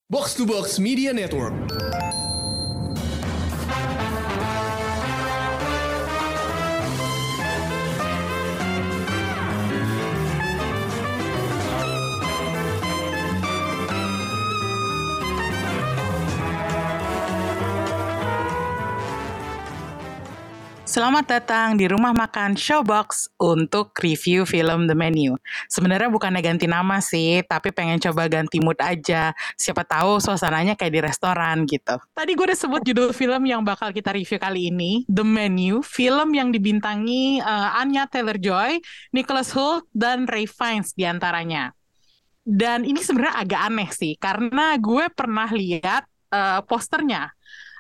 Box to Box Media Network. Selamat datang di rumah makan Showbox untuk review film The Menu. Sebenarnya bukannya ganti nama sih, tapi pengen coba ganti mood aja. Siapa tahu suasananya kayak di restoran gitu. Tadi gue udah sebut judul film yang bakal kita review kali ini, The Menu, film yang dibintangi Anya Taylor-Joy, Nicholas Hoult, dan Ray Fiennes diantaranya. Dan ini sebenarnya agak aneh sih, karena gue pernah lihat posternya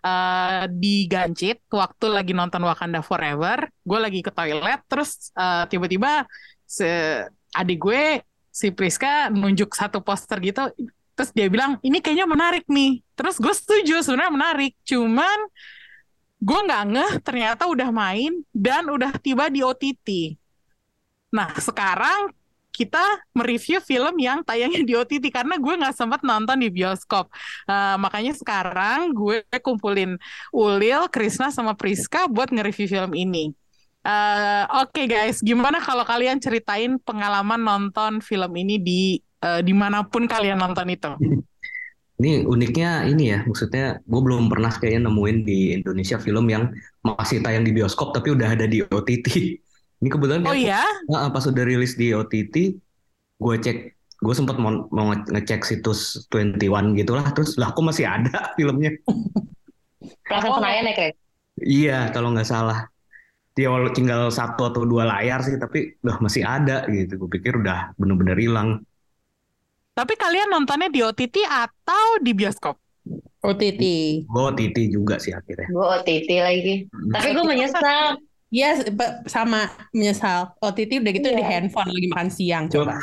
di Gancit waktu lagi nonton Wakanda Forever. Gue lagi ke toilet, terus tiba-tiba adik gue, si Priska, nunjuk satu poster gitu. Terus dia bilang, ini kayaknya menarik nih. Terus gue setuju, sebenarnya menarik. Cuman gue nggak ngeh ternyata udah main dan udah tiba di OTT. Nah, sekarang kita mereview film yang tayangnya di OTT karena gue nggak sempat nonton di bioskop. Makanya sekarang gue kumpulin Ulil, Krisna, sama Priska buat nge-review film ini. Oke, guys, gimana kalau kalian ceritain pengalaman nonton film ini di dimanapun kalian nonton itu? Ini uniknya ini ya, maksudnya gue belum pernah kayaknya nemuin di Indonesia film yang masih tayang di bioskop tapi udah ada di OTT. Ini kebetulan Oh kan ya? pas udah rilis di OTT, gue cek, gue sempat mau ngecek situs 21 gitu lah, terus lah kok masih ada filmnya. Plaza Senayan ya, Craig? Iya, kalau nggak salah. Dia tinggal satu atau dua layar sih, tapi udah masih ada gitu. Gue pikir udah bener-bener hilang. Tapi kalian nontonnya di OTT atau di bioskop? OTT. Gue OTT juga sih akhirnya. Gue OTT lagi. Tapi gue menyesal. Iya, sama menyesal. OTT udah gitu Iya. di handphone lagi makan siang coba.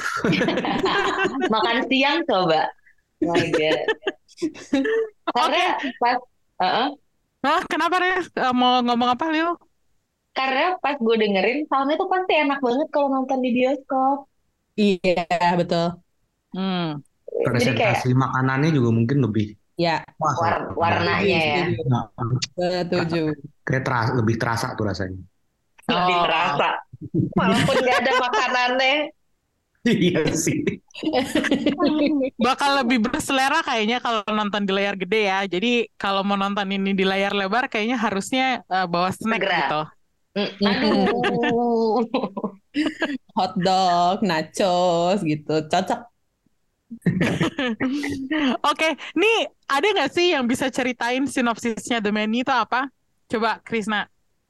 Makan siang coba. Oh my God. Karena pas Kenapa, Riz? Mau ngomong apa, Lil? karena pas gue dengerin filmnya tuh pasti enak banget kalau nonton di bioskop. Iya, betul. Hmm. Jadi kayak Presentasi makanannya juga mungkin lebih Ya, warnanya ya. setuju. Kayak lebih terasa tuh rasanya. Lebih terasa. Walaupun gak ada makanannya. Iya sih. Bakal lebih berselera kayaknya kalau nonton di layar gede ya. Jadi kalau mau nonton ini di layar lebar kayaknya harusnya bawa snack Segera. gitu. Aduh. Hot dog, nachos gitu. Cocok. Oke, nih ada nggak sih yang bisa ceritain sinopsisnya The Menu itu apa? Coba Krisna.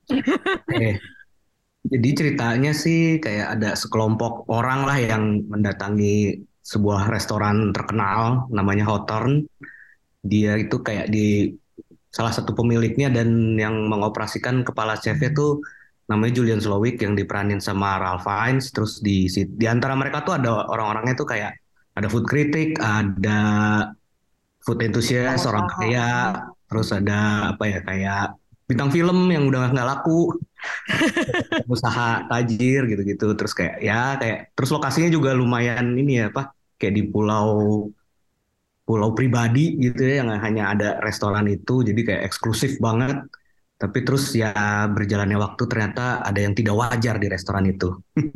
Jadi ceritanya sih kayak ada sekelompok orang lah yang mendatangi sebuah restoran terkenal namanya Hawthorne. Dia itu kayak di salah satu pemiliknya dan yang mengoperasikan kepala chefnya tuh namanya Julian Slowik yang diperanin sama Ralph Fiennes. Terus di antara mereka tuh ada orang-orangnya tuh kayak ada food critic, ada food enthusiast, orang kaya, terus ada apa ya kayak bintang film yang udah nggak laku, usaha tajir gitu-gitu. Terus kayak terus lokasinya juga lumayan ini ya apa kayak di pulau pulau pribadi gitu ya yang hanya ada restoran itu jadi kayak eksklusif banget. Tapi terus ya berjalannya waktu ternyata ada yang tidak wajar di restoran itu.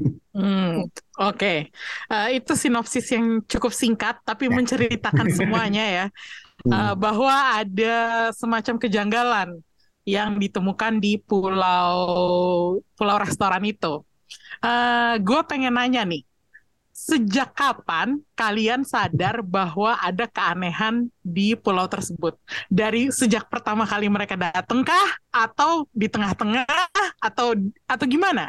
Oke. Itu sinopsis yang cukup singkat tapi menceritakan semuanya ya. Bahwa ada semacam kejanggalan yang ditemukan di pulau restoran itu. Gue pengen nanya nih, sejak kapan kalian sadar bahwa ada keanehan di pulau tersebut? Dari sejak pertama kali mereka datang kah? Atau di tengah-tengah? Atau gimana?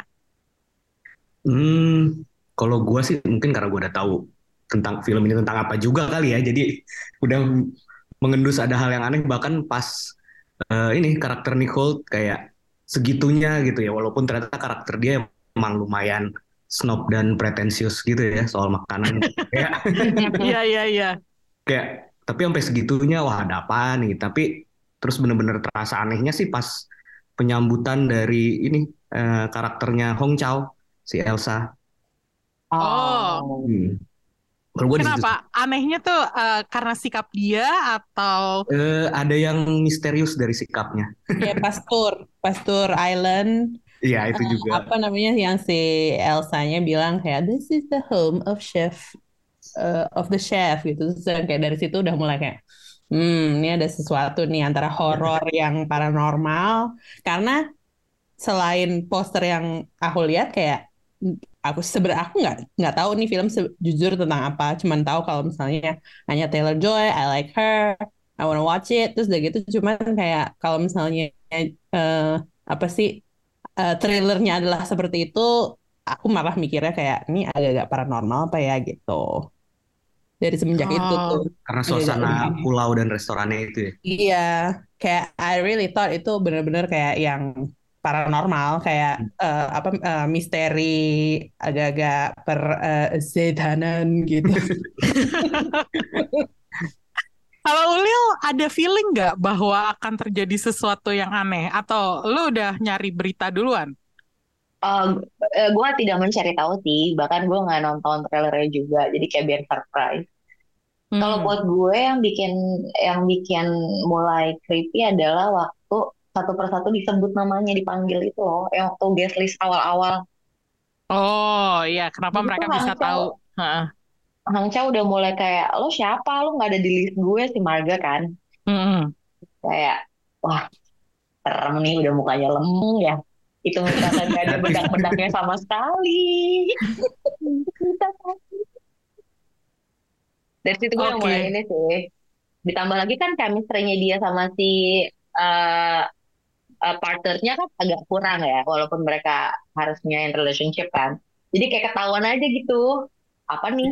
Kalau gue sih mungkin karena gue udah tahu tentang film ini tentang apa juga kali ya, jadi udah mengendus ada hal yang aneh bahkan pas ini karakter Nicole kayak segitunya gitu ya, walaupun ternyata karakter dia emang lumayan snob dan pretensius gitu ya soal makanan. Iya. Kayak tapi sampai segitunya wah ada apa nih, tapi terus bener-bener terasa anehnya sih pas penyambutan dari ini karakternya Hong Chow si Elsa. Oh. Kalau gue di situ sih. Kenapa? Anehnya tuh karena sikap dia atau Ada yang misterius dari sikapnya. Ya Pastur Island. Iya, itu juga. Apa namanya yang si Elsanya bilang kayak this is the home of of the chef gitu. Terus kayak dari situ udah mulai kayak ini ada sesuatu nih antara horor yang paranormal karena selain poster yang aku lihat kayak aku nggak tahu nih film jujur tentang apa, cuman tahu kalau misalnya hanya Taylor-Joy, I like her, I wanna watch it, terus udah gitu cuman kayak kalau misalnya apa sih trailernya adalah seperti itu, aku malah mikirnya kayak ini agak-agak paranormal apa ya gitu. Dari semenjak itu oh, tuh Karena agak-agak suasana aneh. pulau dan restorannya itu ya. Iya, kayak I really thought itu bener-bener kayak yang paranormal, kayak apa misteri agak-agak setanan gitu. kalau Ulil ada feeling nggak bahwa akan terjadi sesuatu yang aneh? Atau lu udah nyari berita duluan? Gue tidak mencari tahu sih, bahkan gue nggak nonton trailernya juga, jadi kayak biar surprise. Kalau Hmm. buat gue yang bikin mulai creepy adalah waktu satu persatu disebut namanya, dipanggil itu loh, yang waktu guest list awal-awal. Oh iya, kenapa Jadi tuh mereka bisa Hangzhou, tahu? Heeh. Hangzhou udah mulai kayak lo siapa, lo nggak ada di list gue, si Marga kan, Mm-mm. kayak wah serem nih, udah mukanya lempeng ya. Itu misalkan gak ada bedak-bedaknya sama sekali. Kita kan. Dari situ gue udah mulai Oke. ini sih. Ditambah lagi kan chemistry-nya dia sama si eh partnernya kan agak kurang ya, walaupun mereka harusnya in relationship kan. Jadi kayak ketahuan aja gitu. Apa nih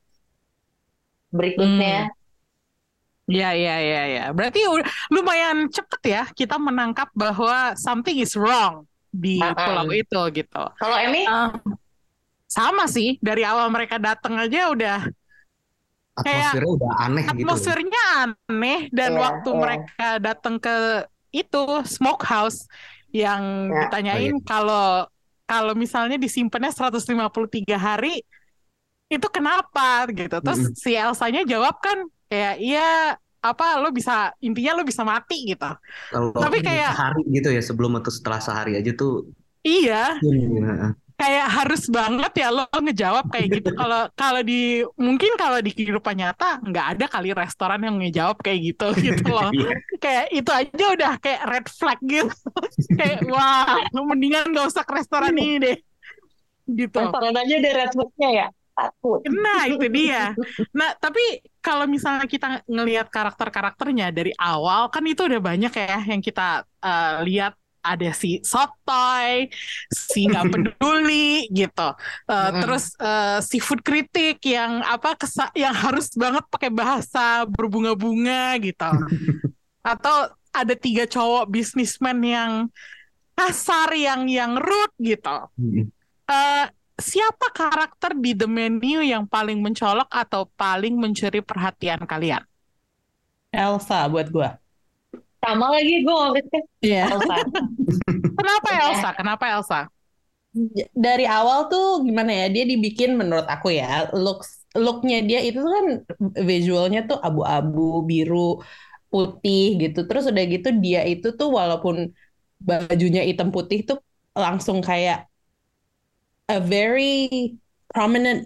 Hmm. berikutnya? Ya, ya, ya, ya. Berarti lumayan cepet ya kita menangkap bahwa something is wrong di pulau Uh-uh. itu gitu. Kalau Emmy, Eh, sama sih, dari awal mereka datang aja udah kayak Atmosfernya udah aneh gitu loh. atmosfernya aneh dan iya, waktu iya, mereka datang ke itu smokehouse yang ya. Oh iya. ditanyain kalau kalau misalnya disimpannya 153 hari itu kenapa gitu. Terus Mm-mm. si Elsanya jawab kan kayak iya apa lo bisa intinya lo bisa mati gitu. Kalau Tapi kayak sehari gitu ya, sebelum atau setelah sehari aja tuh. iya Iya. kayak harus banget ya lo ngejawab kayak gitu. Kalau kalau di mungkin kalau di kehidupan nyata nggak ada kali restoran yang ngejawab kayak gitu gitu loh. Kayak itu aja udah kayak red flag gitu. Kayak wah mendingan nggak usah ke restoran ini deh gitu. Restoran aja ada red flag-nya ya. Takut. Nah, itu dia. Nah, tapi kalau misalnya kita ngelihat karakter-karakternya dari awal, kan itu udah banyak ya yang kita lihat ada si sotoy, si nggak peduli gitu. Mm-mm. Terus si food critic yang apa yang harus banget pakai bahasa berbunga-bunga gitu. Atau ada tiga cowok bisnismen yang kasar, yang rude gitu. Mm-mm. Eh, siapa karakter di The Menu yang paling mencolok atau paling mencuri perhatian kalian? Elsa buat gua. Sama lagi gue ngomongin Iya. Elsa. Kenapa Udah. Elsa? Kenapa Elsa? Dari awal tuh gimana ya, dia dibikin menurut aku ya looknya dia itu kan visualnya tuh abu-abu biru putih gitu, terus udah gitu dia itu tuh walaupun bajunya hitam putih tuh langsung kayak a very prominent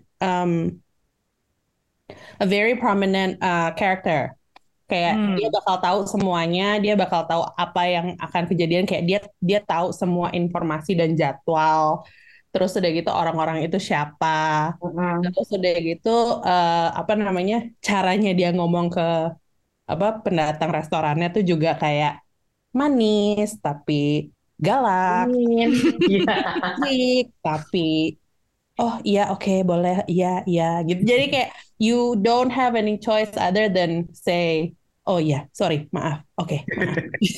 character. Kayak dia Hmm. bakal tahu semuanya, dia bakal tahu apa yang akan kejadian, kayak dia dia tahu semua informasi dan jadwal. Terus udah gitu orang-orang itu siapa. Mm-mm. Terus udah gitu apa namanya? Caranya dia ngomong ke apa pendatang restorannya tuh juga kayak manis tapi galak, Amin. Iya. asik tapi oh iya oke boleh iya iya gitu. Jadi kayak you don't have any choice other than say oh iya sorry maaf oke maaf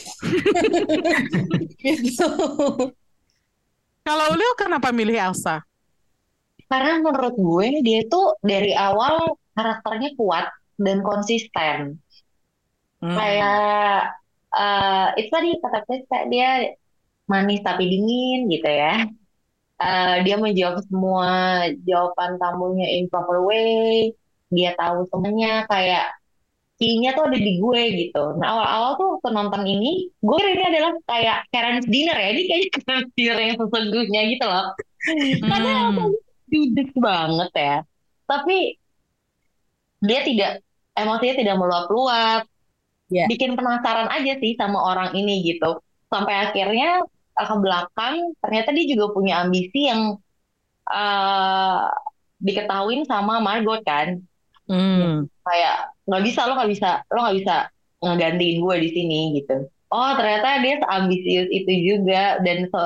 gitu. Kalau Leo kenapa milih Elsa? Karena menurut gue dia tuh dari awal karakternya kuat dan konsisten. Hmm. Kayak itu tadi kata Priska, dia manis tapi dingin gitu ya. Dia menjawab semua jawaban tamunya in proper way. dia tahu semuanya, kayak key-nya tuh ada di gue gitu. Nah awal-awal tuh penonton ini, gue kira ini adalah kayak Karen's Dinner ya, ini kayaknya Karen's Dinner yang sesungguhnya gitu loh. Karena Elsa Hmm. judes banget ya. Tapi dia tidak, emosinya tidak meluap-luap, Ya. bikin penasaran aja sih sama orang ini gitu. Sampai akhirnya ke belakang ternyata dia juga punya ambisi yang eh diketahuin sama Margot kan. Hmm. Kayak nggak bisa ngegantiin gue di sini gitu. Oh ternyata dia seambisius itu juga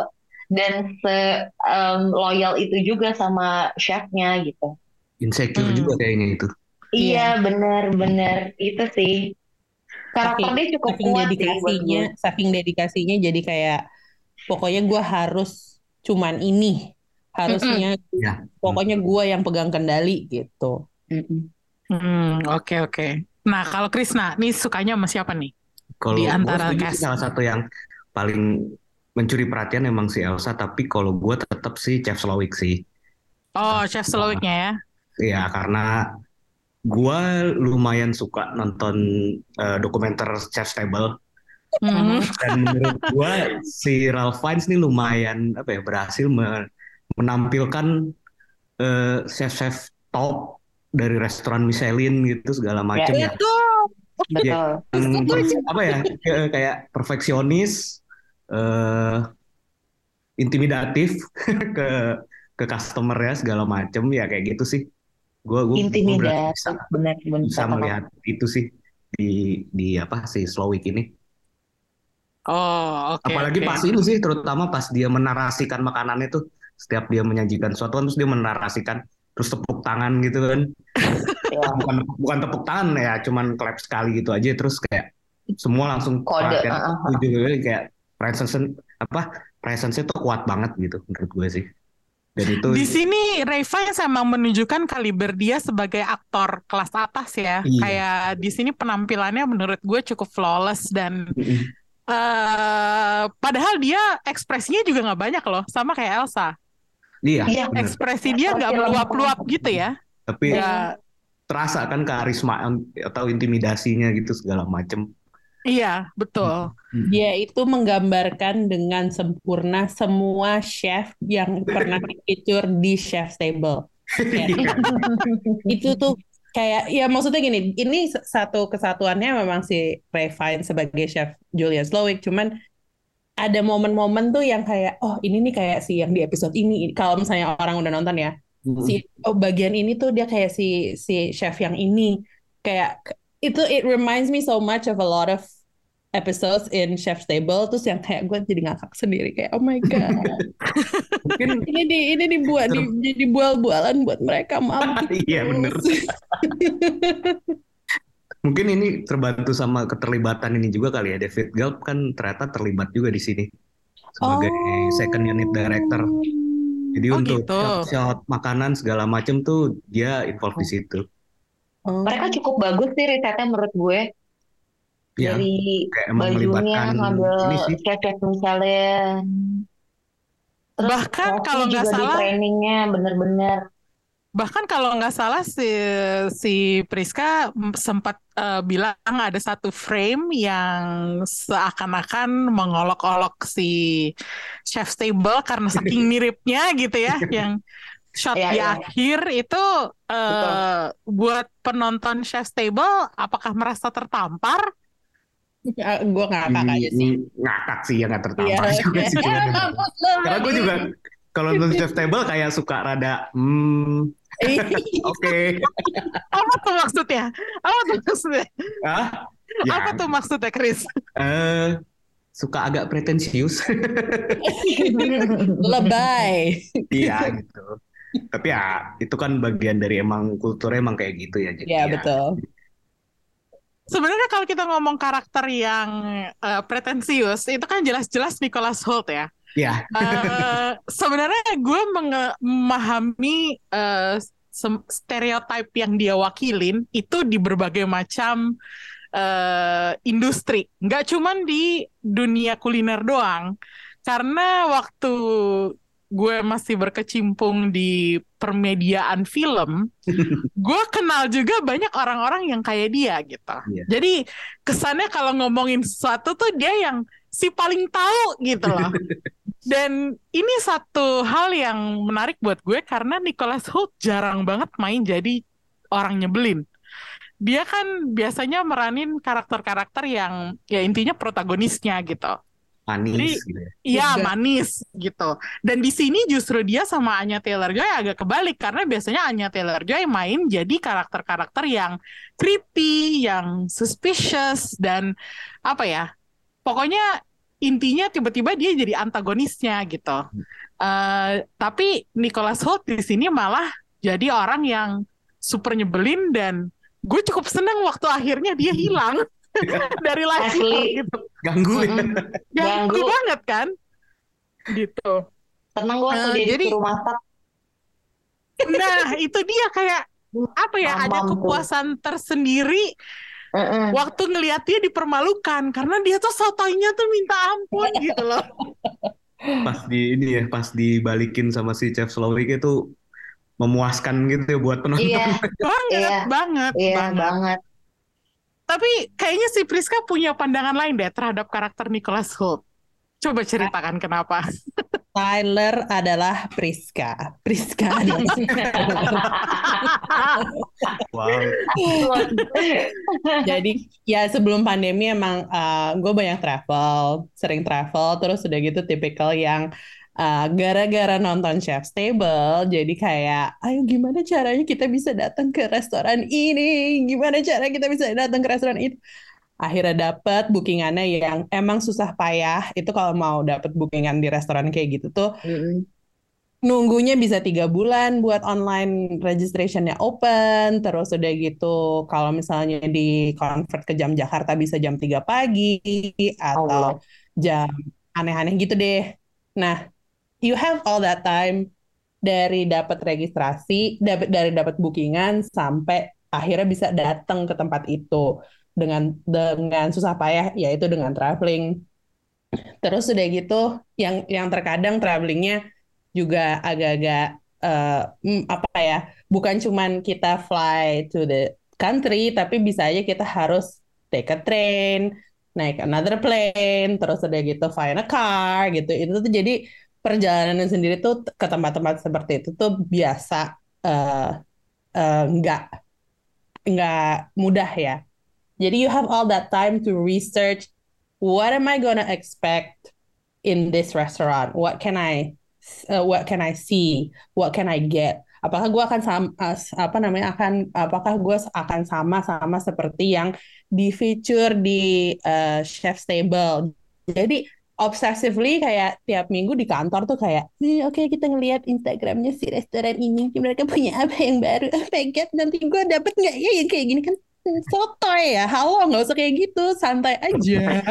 dan se loyal itu juga sama chefnya gitu. Insecure juga Hmm. kayaknya itu. Iya Iya. bener-bener itu sih. Karakter Saking dia cukup saking kuat sih buat dedikasinya, gue. saking dedikasinya jadi kayak pokoknya gue harus cuman ini, Mm-mm. harusnya Ya. pokoknya gue yang pegang kendali gitu. Mm-mm. Oke. Nah, kalau Krisna, nih sukanya sama siapa nih? Di Kalau gue antara setuju sih cast. salah satu yang paling mencuri perhatian emang si Elsa, tapi kalau gue tetap sih Chef Slowik sih. Oh, Chef Wah, Slowik-nya ya. ya karena gue lumayan suka nonton dokumenter Chef's Table, Hmm. dan menurut gue si Ralph Fiennes nih lumayan apa ya berhasil menampilkan chef-chef top dari restoran Michelin gitu segala Ya, macem ya. Betul. Ya, betul. yang apa ya kayak perfeksionis, eh, intimidatif ke customer ya segala macem ya kayak gitu sih. Gue berarti bisa Intimidatif, benar-benar bisa kata-kata. melihat itu sih di apa si Slowik ini. Oh, Apalagi oke. pas ini sih, terutama pas dia menarasikan makanannya tuh, setiap dia menyajikan sesuatu kan, terus dia menarasikan, terus tepuk tangan gitu kan, Ya, bukan bukan tepuk tangan ya, cuman clap sekali gitu aja, terus kayak semua langsung kode. perhatian tujuh gitu, kayak presence apa presence-nya tuh kuat banget gitu menurut gue sih. Dan itu Di sini Ray Fiennes emang menunjukkan kaliber dia sebagai aktor kelas atas ya. iya. Kayak di sini penampilannya menurut gue cukup flawless dan Mm-mm. padahal dia ekspresinya juga nggak banyak loh, sama kayak Elsa. Iya, Iya, bener. Ekspresi dia nggak ekspresi meluap-luap lempeng. gitu ya. Tapi Nggak, terasa kan karisma atau intimidasinya gitu segala macem. iya betul. Dia itu menggambarkan dengan sempurna semua chef yang pernah feature di Chef's Table. Kayak, Iya. itu tuh kayak ya maksudnya gini, ini satu kesatuannya memang si Ray Fiennes sebagai chef Julian Slowik, cuman ada momen-momen tuh yang kayak oh ini nih kayak si yang di episode ini kalau misalnya orang udah nonton ya si oh bagian ini tuh dia kayak si chef yang ini kayak itu it reminds me so much of a lot of episodes in Chef's Table terus yang kayak gue jadi ngakak sendiri kayak oh my god Mungkin ini dibuat jadi bual-bualan buat mereka iya bener. mampus. Mungkin ini terbantu sama keterlibatan ini juga kali ya. David Gelb kan ternyata terlibat juga di sini sebagai second unit director. Jadi Oh untuk gitu. shot makanan segala macam tuh dia involved di situ. Mereka cukup bagus sih risetnya menurut gue. Ya, Dari kayak emang bajunya melibatkan ngambil ini sih. chef misalnya. Terus Bahkan chefnya kalau nggak juga di salah, trainingnya bener-bener. si Priska sempat bilang ada satu frame yang seakan-akan mengolok-olok si Chef Stable karena saking miripnya gitu ya, yang shot Iya, di iya. akhir itu Betul. buat penonton Chef Stable apakah merasa tertampar? Gue ngakak aja sih. Ngakak sih ya nggak tertampar Iya, juga sih. Cuman emang- mampus lo karena gue juga kalau nonton Chef Table kayak suka rada oke. Apa tuh maksudnya? Ah, ya Apa tuh maksudnya, Chris? suka agak pretensius. lebay. Iya gitu. Tapi ya itu kan bagian dari emang kulturnya emang kayak gitu ya. Jadi Ya ya. betul. Sebenarnya kalau kita ngomong karakter yang pretensius, itu kan jelas-jelas Nicholas Hoult ya. Ya. Sebenarnya gue memahami stereotip yang dia wakilin itu di berbagai macam industri, nggak cuman di dunia kuliner doang. Karena waktu gue masih berkecimpung di permediaan film, gue kenal juga banyak orang-orang yang kayak dia gitu. Iya. Jadi kesannya kalau ngomongin sesuatu tuh dia yang si paling tahu gitu loh. Dan ini satu hal yang menarik buat gue karena Nicholas Hoult jarang banget main jadi orang nyebelin. Dia kan biasanya meranin karakter-karakter yang ya intinya protagonisnya gitu. Jadi Manis gitu ya. iya Juga. manis gitu. Dan di sini justru dia sama Anya Taylor-Joy agak kebalik karena biasanya Anya Taylor-Joy main jadi karakter-karakter yang creepy, yang suspicious dan apa ya? Pokoknya intinya tiba-tiba dia jadi antagonisnya gitu. Tapi Nicholas Hoult di sini malah jadi orang yang super nyebelin dan gue cukup seneng waktu akhirnya dia hilang dari live Asli. gitu. Ganggu ya. Mm-mm. Ganggu Ganggu. banget kan? Gitu. Seneng gue waktu dia Jadi, disuruh masak. nah itu dia kayak apa ya? Ada Mamam tuh. kepuasan tersendiri Mm-mm. waktu ngelihat dia dipermalukan karena dia tuh sotoynya tuh minta ampun gitu loh. Pas dibalikin sama si Chef Slowik itu memuaskan gitu ya buat penonton. Iya, iya, Banget. iya banget. Tapi kayaknya si Priska punya pandangan lain deh terhadap karakter Nicholas Hoult. Coba ceritakan kenapa. Tyler adalah Priska. Priska adalah Wow. Jadi ya sebelum pandemi emang gue banyak sering travel, terus udah gitu tipikal yang gara-gara nonton Chef's Table, jadi kayak, ayo gimana caranya kita bisa datang ke restoran ini, gimana cara kita bisa datang ke restoran itu. Akhirnya dapet bookingannya yang emang susah payah, itu kalau mau dapet bookingan di restoran kayak gitu tuh, Mm-mm. nunggunya bisa 3 bulan buat online registrationnya open, terus udah gitu kalau misalnya di convert ke jam Jakarta bisa jam 3 pagi Allah. atau jam aneh-aneh gitu deh. Nah, you have all that time dari dapat registrasi, dari dapat bookingan sampai akhirnya bisa datang ke tempat itu dengan susah payah, yaitu dengan traveling. Terus udah gitu, yang terkadang travelingnya juga agak-agak apa ya, bukan cuman kita fly to the country, tapi bisa aja kita harus take a train, naik another plane, terus udah gitu find a car gitu. Itu tuh jadi perjalanan sendiri tuh ke tempat-tempat seperti itu tuh biasa nggak mudah ya. Jadi you have all that time to research what am I gonna expect in this restaurant? What can I see? What can I get? Apakah gue akan apakah gue akan sama seperti yang di feature di Chef's Table. Jadi obsessively kayak tiap minggu di kantor tuh kayak, oke, kita ngelihat Instagramnya si restoran ini, mereka punya apa yang baru? Oh my God, nanti gue dapet nggak ya yang kayak gini kan? Sotoy ya, halo, nggak usah kayak gitu, santai aja.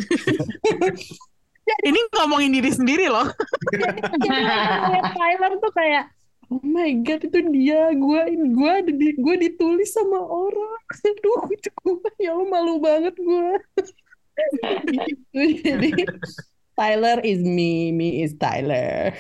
Ini ngomongin diri sendiri loh. Ngeliat Tyler tuh kayak, oh my God, itu dia, gue ditulis sama orang. Aduh, itu gue, ya Allah, malu banget gue. Gitu. Jadi Tyler is me is Tyler.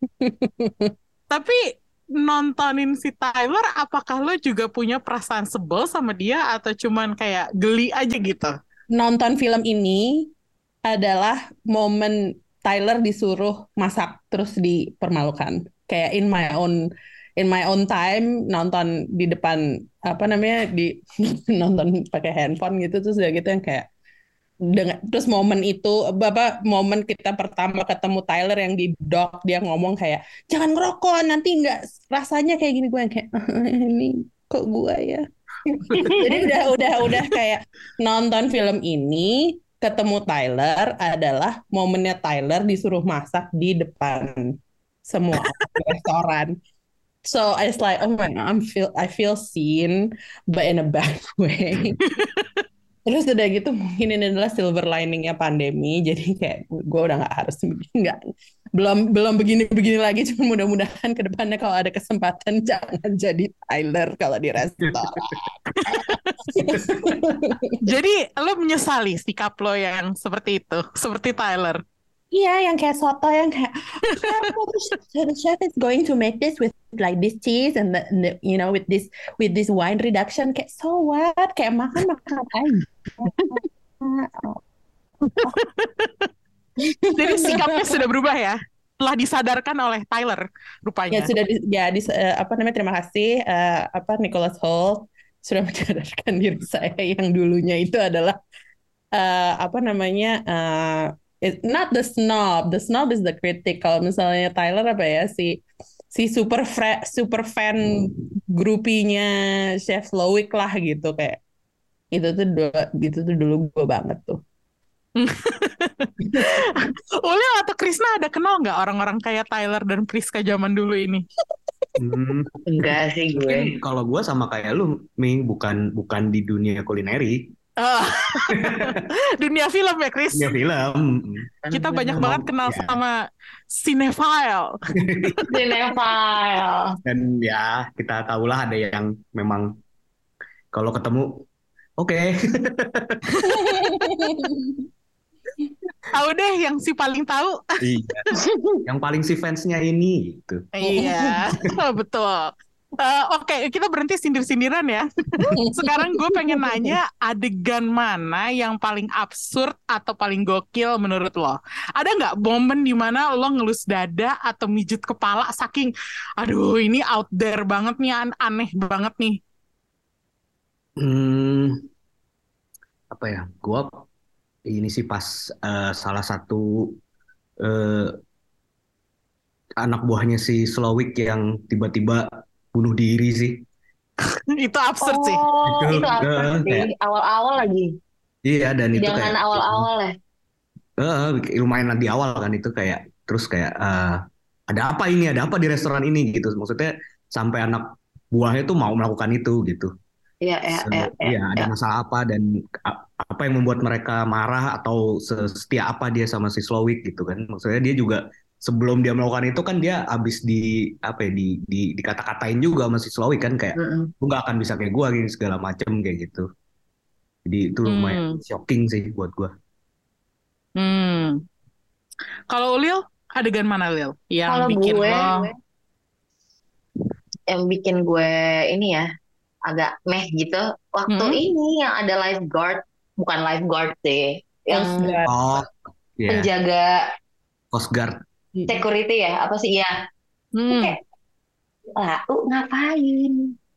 Tapi nontonin si Tyler, apakah lo juga punya perasaan sebel sama dia atau cuman kayak geli aja gitu? Nonton film ini adalah momen Tyler disuruh masak terus dipermalukan. Kayak in my own time nonton di depan nonton pakai handphone gitu, terus udah gitu yang kayak terus momen kita pertama ketemu Tyler yang di dock, dia ngomong kayak jangan ngerokok nanti nggak rasanya kayak gini, gue yang kayak ini kok gue ya. Jadi udah kayak nonton film ini ketemu Tyler adalah momennya Tyler disuruh masak di depan semua restoran. So it's like, oh my God, I feel seen but in a bad way. Terus udah gitu mungkin ini adalah silver liningnya pandemi, jadi kayak gue udah belum begini lagi, cuma mudah-mudahan ke depannya kalau ada kesempatan jangan jadi Tyler kalau di restoran. Jadi lo menyesali sikap lo yang seperti itu, seperti Tyler? Iya, yang kayak soto yang kayak the chef is going to make this with like this cheese and with this wine reduction, kayak so what? Kayak makan makan aja. Jadi sikapnya sudah berubah ya. Telah disadarkan oleh Tyler Ya rupanya. sudah apa namanya, terima kasih Nicholas Hoult sudah menyadarkan diri saya yang dulunya itu adalah apa namanya not the snob. The snob is the critic. Kalau misalnya Tyler apa ya, si super fan grupinya Chef Loic lah gitu, kayak itu tuh dulu gue banget tuh. Ulil atau Krisna ada kenal nggak orang-orang kayak Tyler dan Priska zaman dulu ini? Enggak sih Mungkin gue. kalau gue sama kayak lu, Mi, bukan di dunia kulineri, Ah, dunia film ya, Chris? dunia film. Kita banyak banget kenal Ya. sama cinephile. Cinephile. Dan ya kita tahulah ada yang memang kalau ketemu, oke. Tahu deh yang si paling tahu. Iya. Yang paling si fansnya ini gitu. Iya, betul. Oke, kita berhenti sindir-sindiran ya. Sekarang gue pengen nanya adegan mana yang paling absurd atau paling gokil menurut lo? Ada nggak momen di mana lo ngelus dada atau mijit kepala saking, aduh ini out there banget nih, aneh banget nih. Apa ya? Gua ini sih pas salah satu eh, anak buahnya si Slowik yang tiba-tiba bunuh diri sih. Itu absurd sih. Oh, Itu, itu absurd sih. kayak- Awal-awal lagi. Iya, dan itu Jangan kayak awal-awal ya. lumayan di awal kan itu kayak terus kayak ada apa ini, ada apa di restoran ini gitu. Maksudnya sampai anak buahnya tuh mau melakukan itu gitu. Iya, iya, iya, Iya, ada masalah apa dan apa yang membuat mereka marah atau setia apa dia sama si Slowik gitu kan. Maksudnya dia juga sebelum dia melakukan itu kan dia abis dikata-katain juga sama si Slowik kan kayak Mm-mm. lu nggak akan bisa kayak gua gini segala macem kayak gitu. Jadi itu lumayan shocking sih buat gua. Kalau Lil, adegan mana Lil? Yang Kalau bikin gue, lo yang bikin gue ini ya agak meh gitu. Waktu ini yang ada lifeguard, bukan lifeguard sih, yang Oh, iya. penjaga Coast Guard. security ya, apa sih ya? Kayak, lu ngapain?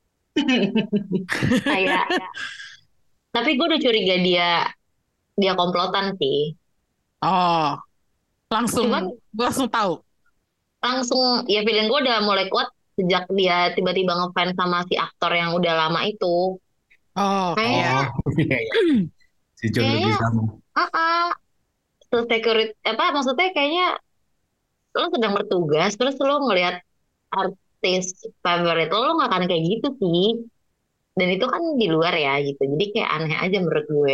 Kayak, tapi gue udah curiga dia komplotan sih. Oh, langsung Cuman- tahu. Langsung ya feeling gue udah mulai kuat sejak dia tiba-tiba ngefans sama si aktor yang udah lama itu. Oh, Kayak, Iya, iya. Si John Kayaknya- Leguizamo. security apa maksudnya kayaknya lo sedang bertugas terus lo ngelihat artis favorit lo nggak akan kayak gitu sih, dan itu kan di luar ya gitu, jadi kayak aneh aja menurut gue.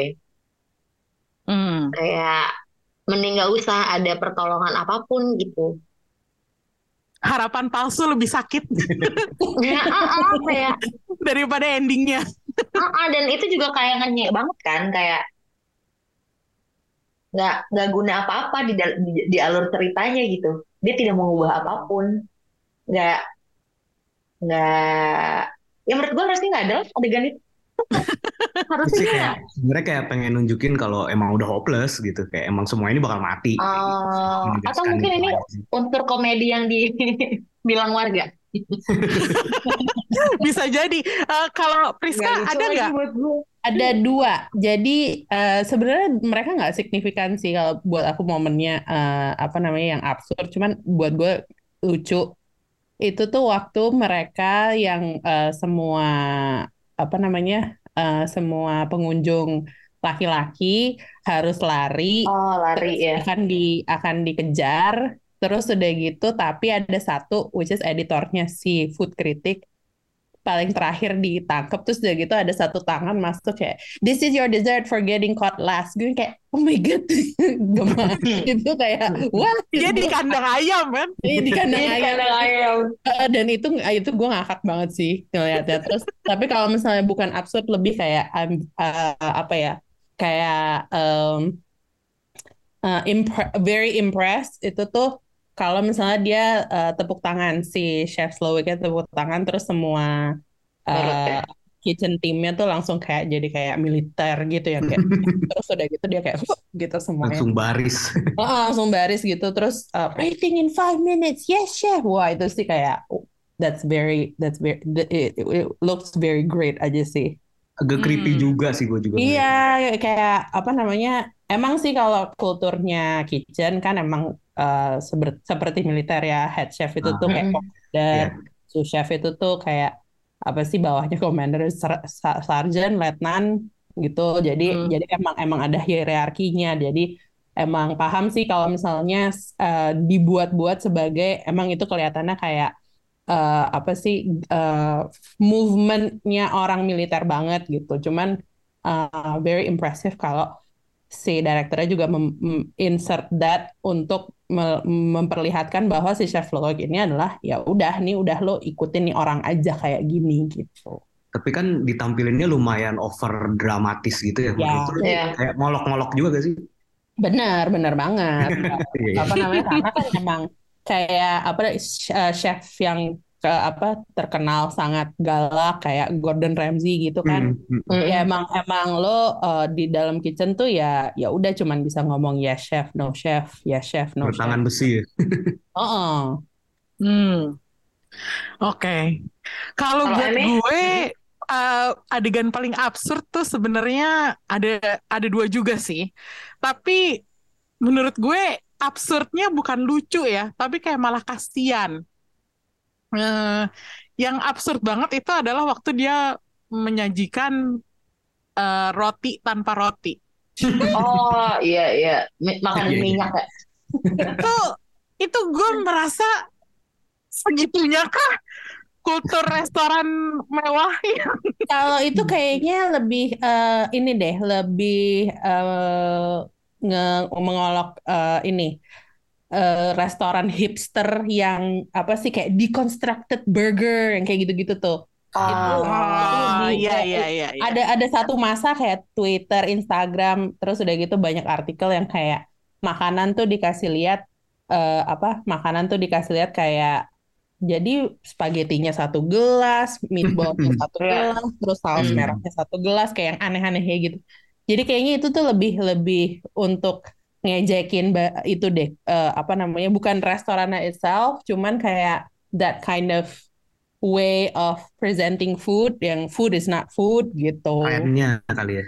Kayak mending nggak usah ada pertolongan apapun gitu. Harapan palsu lebih sakit Ya, kayak daripada endingnya. dan itu juga kayak ngenyek banget kan, kayak nggak guna apa-apa di alur ceritanya gitu. Dia tidak mengubah apapun, nggak ya menurut gue harusnya nggak ada adegan itu. Sih Harusnya kayak sebenarnya kayak pengen nunjukin kalau emang udah hopeless gitu, kayak emang semua ini bakal mati. atau Menegaskan mungkin itu ini aja sih. unsur komedi yang dibilang warga. Bisa jadi. Kalau Priska ada nggak? Ada dua. Jadi sebenarnya mereka nggak signifikan sih kalau buat aku momennya apa namanya yang absurd. Cuman buat gue lucu. Itu tuh waktu mereka yang semua apa namanya semua pengunjung laki-laki harus lari. Oh, lari ya. Akan dikejar. Terus udah gitu, tapi ada satu which is editornya si food critic paling terakhir ditangkap, terus udah gitu ada satu tangan masuk kayak this is your dessert for getting caught last. Gue kayak oh my god, gemas itu kayak what? Dia di kandang ayam kan? Di kandang Iya, ayam. kandang ayam. Dan itu gue ngakak banget sih ngeliatnya. Terus tapi kalau misalnya bukan absurd, lebih kayak apa ya, kayak very impressed itu tuh kalau misalnya dia tepuk tangan, si Chef Slowik-nya tepuk tangan, terus semua Nurut uh, ya. kitchen teamnya tuh langsung kayak jadi kayak militer gitu ya kayak terus udah gitu dia kayak gitu semuanya. Langsung baris. Langsung baris gitu terus rating in 5 minutes, yes chef. Wah itu sih kayak that's very it looks very great aja sih. Agak creepy juga sih gue juga. Iya, kayak apa namanya? Emang sih kalau kulturnya kitchen kan emang seperti militer ya. Head chef itu tuh kayak commander, Iya. sous chef itu tuh kayak apa sih bawahnya commander, sergeant, letnan gitu. Jadi emang ada hierarkinya. Jadi emang paham sih kalau misalnya dibuat-buat sebagai emang itu kelihatannya kayak apa sih movementnya orang militer banget gitu. Cuman very impressive kalau si direkturnya juga insert that untuk memperlihatkan bahwa si Chef Log ini adalah ya udah nih udah lo ikutin nih orang aja kayak gini gitu. Tapi kan ditampilinnya lumayan over dramatis gitu ya. Menurut lu Iya. kayak ngolok-ngolok juga gak sih? Benar banget. Iya. Apa namanya? Karena kan emang kayak apa chef yang terkenal sangat galak kayak Gordon Ramsay gitu kan. Ya emang lo di dalam kitchen tuh ya udah cuman bisa ngomong yes chef, no chef, yes chef, no chef. Bertangan besi ya. Oke. Kalau buat Emi? gue adegan paling absurd tuh sebenarnya ada dua juga sih. Tapi menurut gue absurdnya bukan lucu ya, tapi kayak malah kasihan. Yang absurd banget itu adalah waktu dia menyajikan roti tanpa roti. Oh iya. Makan Iya. minyak ya. Itu gue merasa segitunya kah kultur restoran mewah ya? Kalau itu kayaknya lebih ini deh, lebih mengolok ini restoran hipster yang apa sih kayak deconstructed burger yang kayak gitu-gitu tuh. Itu Iya. ada satu masa kayak Twitter, Instagram, terus udah gitu banyak artikel yang kayak makanan tuh dikasih lihat makanan tuh dikasih lihat kayak jadi spaghettinya satu gelas, meatballnya satu gelas, terus saus merahnya satu gelas, kayak yang aneh-aneh kayak gitu. Jadi kayaknya itu tuh lebih untuk ngejekin itu deh, apa namanya, bukan restorannya itself, cuman kayak that kind of way of presenting food, yang food is not food gitu. Kayaknya kali ya.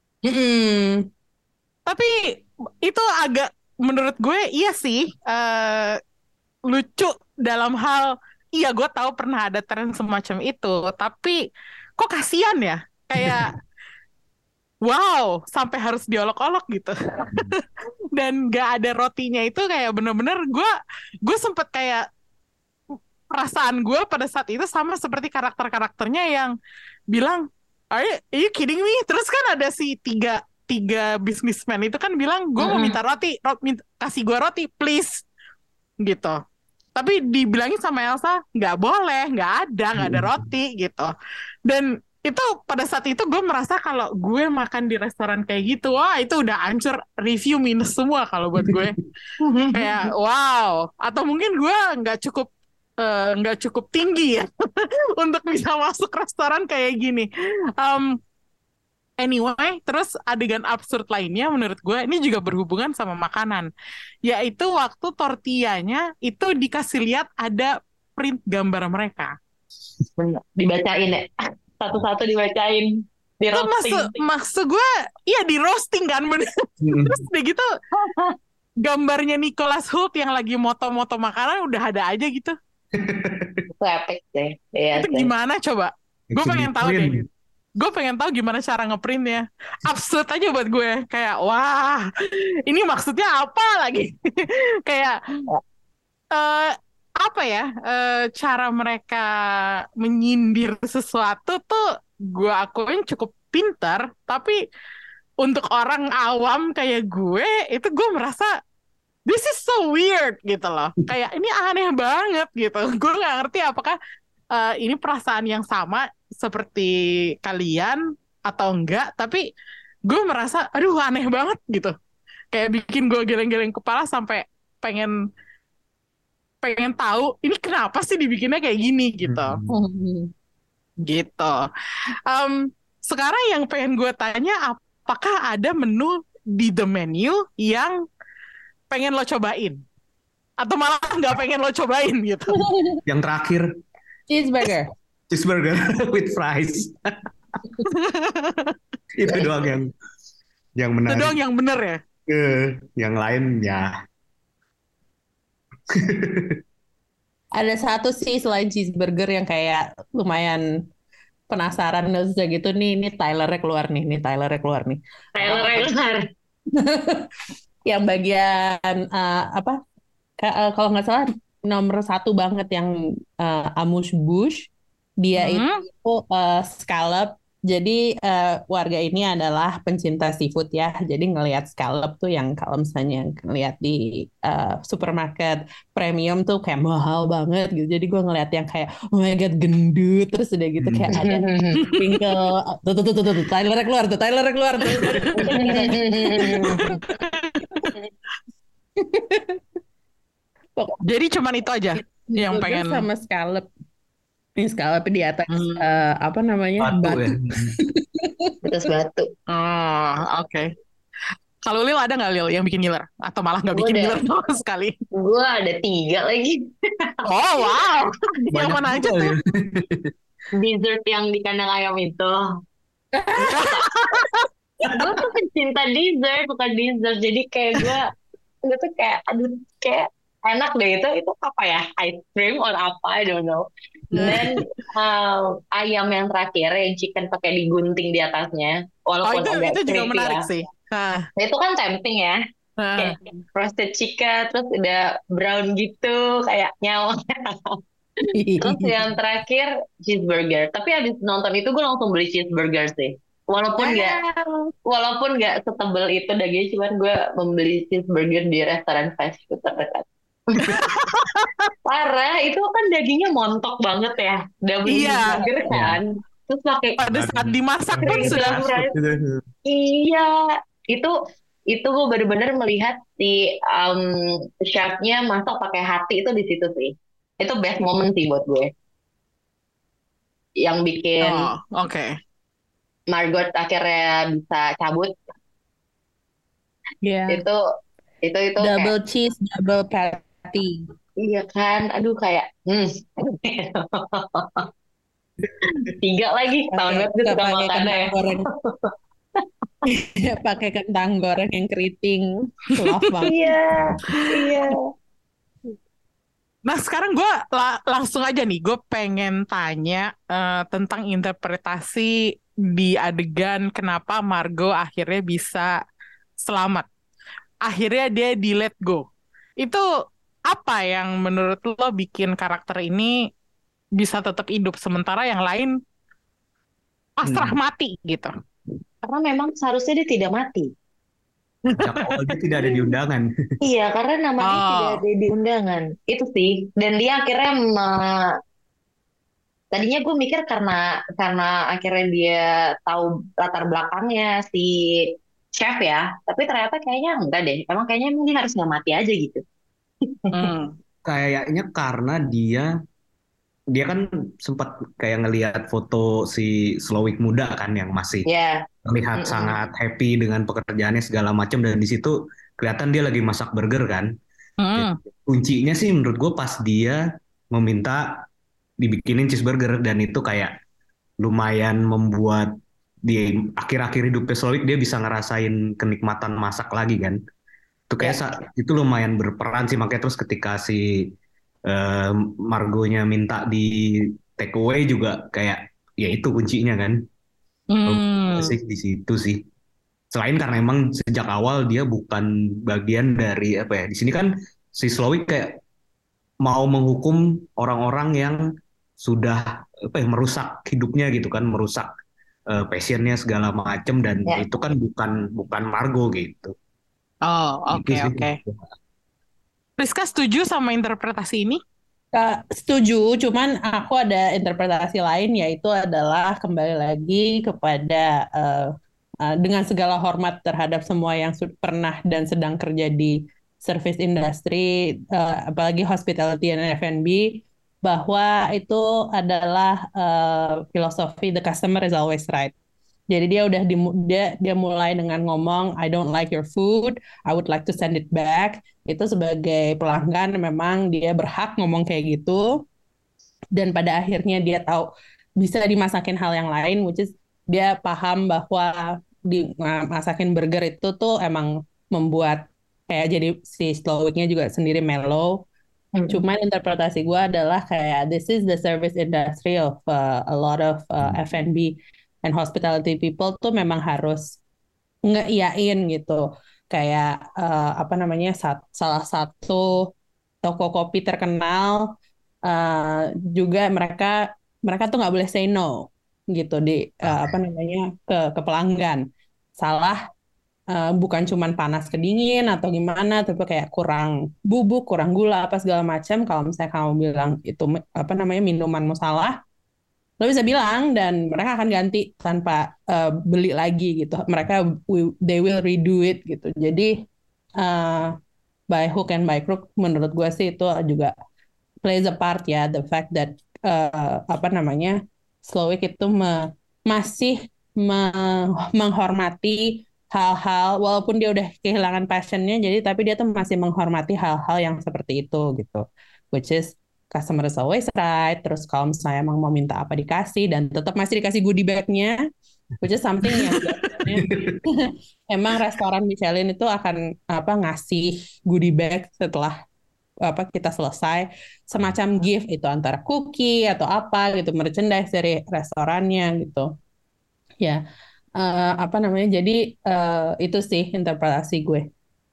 Tapi itu agak menurut gue iya sih lucu dalam hal iya gue tahu pernah ada tren semacam itu tapi kok kasihan ya kayak wow sampai harus diolok-olok gitu dan gak ada rotinya itu kayak bener-bener gue sempet kayak perasaan gue pada saat itu sama seperti karakter-karakternya yang bilang are you kidding me? Terus kan ada si tiga businessman itu kan bilang gue mau minta roti, kasih gue roti please gitu. Tapi dibilangin sama Elsa nggak boleh, nggak ada roti gitu. Dan itu pada saat itu gue merasa kalau gue makan di restoran kayak gitu, wah itu udah hancur, review minus semua kalau buat gue. Kayak wow, atau mungkin gue nggak cukup tinggi ya untuk bisa masuk restoran kayak gini. Anyway, terus adegan absurd lainnya menurut gue ini juga berhubungan sama makanan. Yaitu waktu tortillanya itu dikasih lihat ada print gambar mereka. Dibacain ya. Satu-satu dibacain. Di roasting. Maksud gue, iya di roasting kan. Terus udah gitu, gambarnya Nicholas Hoult yang lagi moto-moto makanan udah ada aja gitu. Itu epic deh. Iya, itu gimana coba? Gue pengen tahu deh. Gue pengen tahu gimana cara ngeprintnya. Absurd aja buat gue. Kayak wah, ini maksudnya apa lagi? Kayak apa ya? Cara mereka menyindir sesuatu tuh gue akuin cukup pintar. Tapi untuk orang awam kayak gue, itu gue merasa this is so weird gitu loh. Kayak ini aneh banget gitu. Gue nggak ngerti apakah ini perasaan yang sama seperti kalian atau enggak, tapi gue merasa aduh aneh banget gitu. Kayak bikin gue geleng-geleng kepala sampai pengen pengen tahu ini kenapa sih dibikinnya kayak gini gitu. Gitu. Sekarang yang pengen gue tanya, apakah ada menu di The Menu yang pengen lo cobain? Atau malah nggak pengen lo cobain gitu? Yang terakhir, Cheeseburger. cheeseburger with fries. Itu doang yang Itu menarik. doang yang bener ya? Yang lain ya. Ada satu sih selain cheeseburger yang kayak lumayan penasaran terus udah gitu nih, ini Tyler-nya keluar nih, Tyler Renner. Yang bagian apa? Kalau nggak salah nomor 1 banget yang amuse bouche, dia itu scallop. Jadi warga ini adalah pencinta seafood ya. Jadi ngelihat scallop tuh yang kalau misalnya ngelihat di supermarket premium tuh kayak mahal banget gitu. Jadi gue ngelihat yang kayak oh my god gendut, terus udah gitu kayak ada sprinkle. Tuh, Tyler keluar tuh. Jadi cuman itu aja yang Cheeseburger pengen. sama scallop. Ini scallop di atas apa namanya? Batu ya. Atas batu. Oh, oke. Kalau Lil ada nggak Lil yang bikin ngiler? Atau malah nggak Gua bikin ada. ngiler sama sekali? Gue ada 3 lagi. Oh wow, yang Banyak mana aja juga tuh? ya. Dessert yang di kandang ayam itu. Gue tuh pencinta dessert, bukan dessert. Jadi kayak gue tuh kayak, aduh, kayak enak deh itu apa ya? Ice cream or apa? I don't know. Dan ayam yang terakhir, yang chicken pakai digunting di atasnya, Oh walaupun itu agak juga creepy menarik ya. sih. Nah, Nah, itu kan tempting ya. Kayak roasted chicken, terus udah brown gitu, kayak nyawa. Terus yang terakhir cheeseburger. Tapi abis nonton itu gue langsung beli cheeseburger sih. Walaupun nggak setebel itu dagingnya, cuman gue membeli cheeseburger di restoran fast food terdekat. Parah, itu kan dagingnya montok banget ya. Double Iya. cheeseburger kan. Terus pakai pada saat dimasak pun Kering sudah. banget. Iya, itu gue bener-bener melihat si chefnya masak pakai hati itu di situ sih. Itu best moment sih buat gue. Yang bikin Oh, oke. Margot akhirnya bisa cabut Iya. itu Double kayak cheese, double patty. iya kan, aduh kayak 3 lagi tahun banget gue suka Pakai makannya ya. kentang goreng. Pakai kentang goreng yang keriting. Love banget. Iya. Nah sekarang gue langsung aja nih, gue pengen tanya tentang interpretasi di adegan kenapa Margot akhirnya bisa selamat. Akhirnya dia di let go. Itu apa yang menurut lo bikin karakter ini bisa tetap hidup sementara yang lain pasrah mati gitu? Karena memang seharusnya dia tidak mati. Sejak awal dia tidak ada di undangan. Iya, karena namanya tidak ada di undangan. Itu sih. Dan dia akhirnya tadinya gue mikir karena akhirnya dia tahu latar belakangnya si chef ya. Tapi ternyata kayaknya enggak deh. Emang kayaknya dia harus nggak mati aja gitu. Kayaknya karena dia kan sempat kayak ngelihat foto si Slowik muda kan yang masih Ya. terlihat sangat happy dengan pekerjaannya segala macam, dan di situ kelihatan dia lagi masak burger kan. Kuncinya sih menurut gue pas dia meminta dibikinin cheeseburger, dan itu kayak lumayan membuat di akhir-akhir hidupnya Slowik dia bisa ngerasain kenikmatan masak lagi kan. Itu kayak itu lumayan berperan sih, makanya terus ketika si Margonya minta di take away juga kayak ya itu kuncinya kan. Sih di situ sih. Selain karena emang sejak awal dia bukan bagian dari apa ya. Di sini kan si Slowik kayak mau menghukum orang-orang yang sudah apa ya, merusak hidupnya gitu kan, merusak passionnya segala macem, dan itu kan bukan Margo gitu. Oh, oke. Rizka setuju sama interpretasi ini? Setuju, cuman aku ada interpretasi lain, yaitu adalah kembali lagi kepada dengan segala hormat terhadap semua yang pernah dan sedang kerja di service industry, apalagi hospitality and F&B, bahwa itu adalah filosofi the customer is always right. Jadi dia mulai dengan ngomong I don't like your food, I would like to send it back. Itu sebagai pelanggan memang dia berhak ngomong kayak gitu. Dan pada akhirnya dia tahu bisa dimasakin hal yang lain, which is dia paham bahwa masakin burger itu tuh emang membuat kayak jadi si Slowik-nya juga sendiri mellow. Cuman interpretasi gue adalah kayak this is the service industry of a lot of F&B and hospitality people tuh memang harus ngeiyain gitu. Kayak apa namanya salah satu toko kopi terkenal juga mereka tuh nggak boleh say no gitu di apa namanya ke pelanggan. Salah bukan cuman panas kedingin atau gimana, tapi kayak kurang bubuk, kurang gula apa segala macam. Kalau misalnya kamu bilang itu apa namanya minumanmu salah, lo bisa bilang dan mereka akan ganti tanpa beli lagi gitu. They will redo it gitu. Jadi by hook and by crook menurut gue sih itu juga plays a part ya, the fact that apa namanya Slowik itu masih menghormati hal-hal walaupun dia udah kehilangan passionnya, jadi tapi dia tuh masih menghormati hal-hal yang seperti itu gitu, which is customer is always right. Terus kalau misalnya emang mau minta apa dikasih dan tetap masih dikasih goodie bag-nya, which is something yang biasanya emang restoran Michelin itu akan apa ngasih goodie bag setelah apa kita selesai, semacam gift itu antara cookie atau apa gitu, merchandise dari restorannya gitu ya. Apa namanya, jadi itu sih interpretasi gue.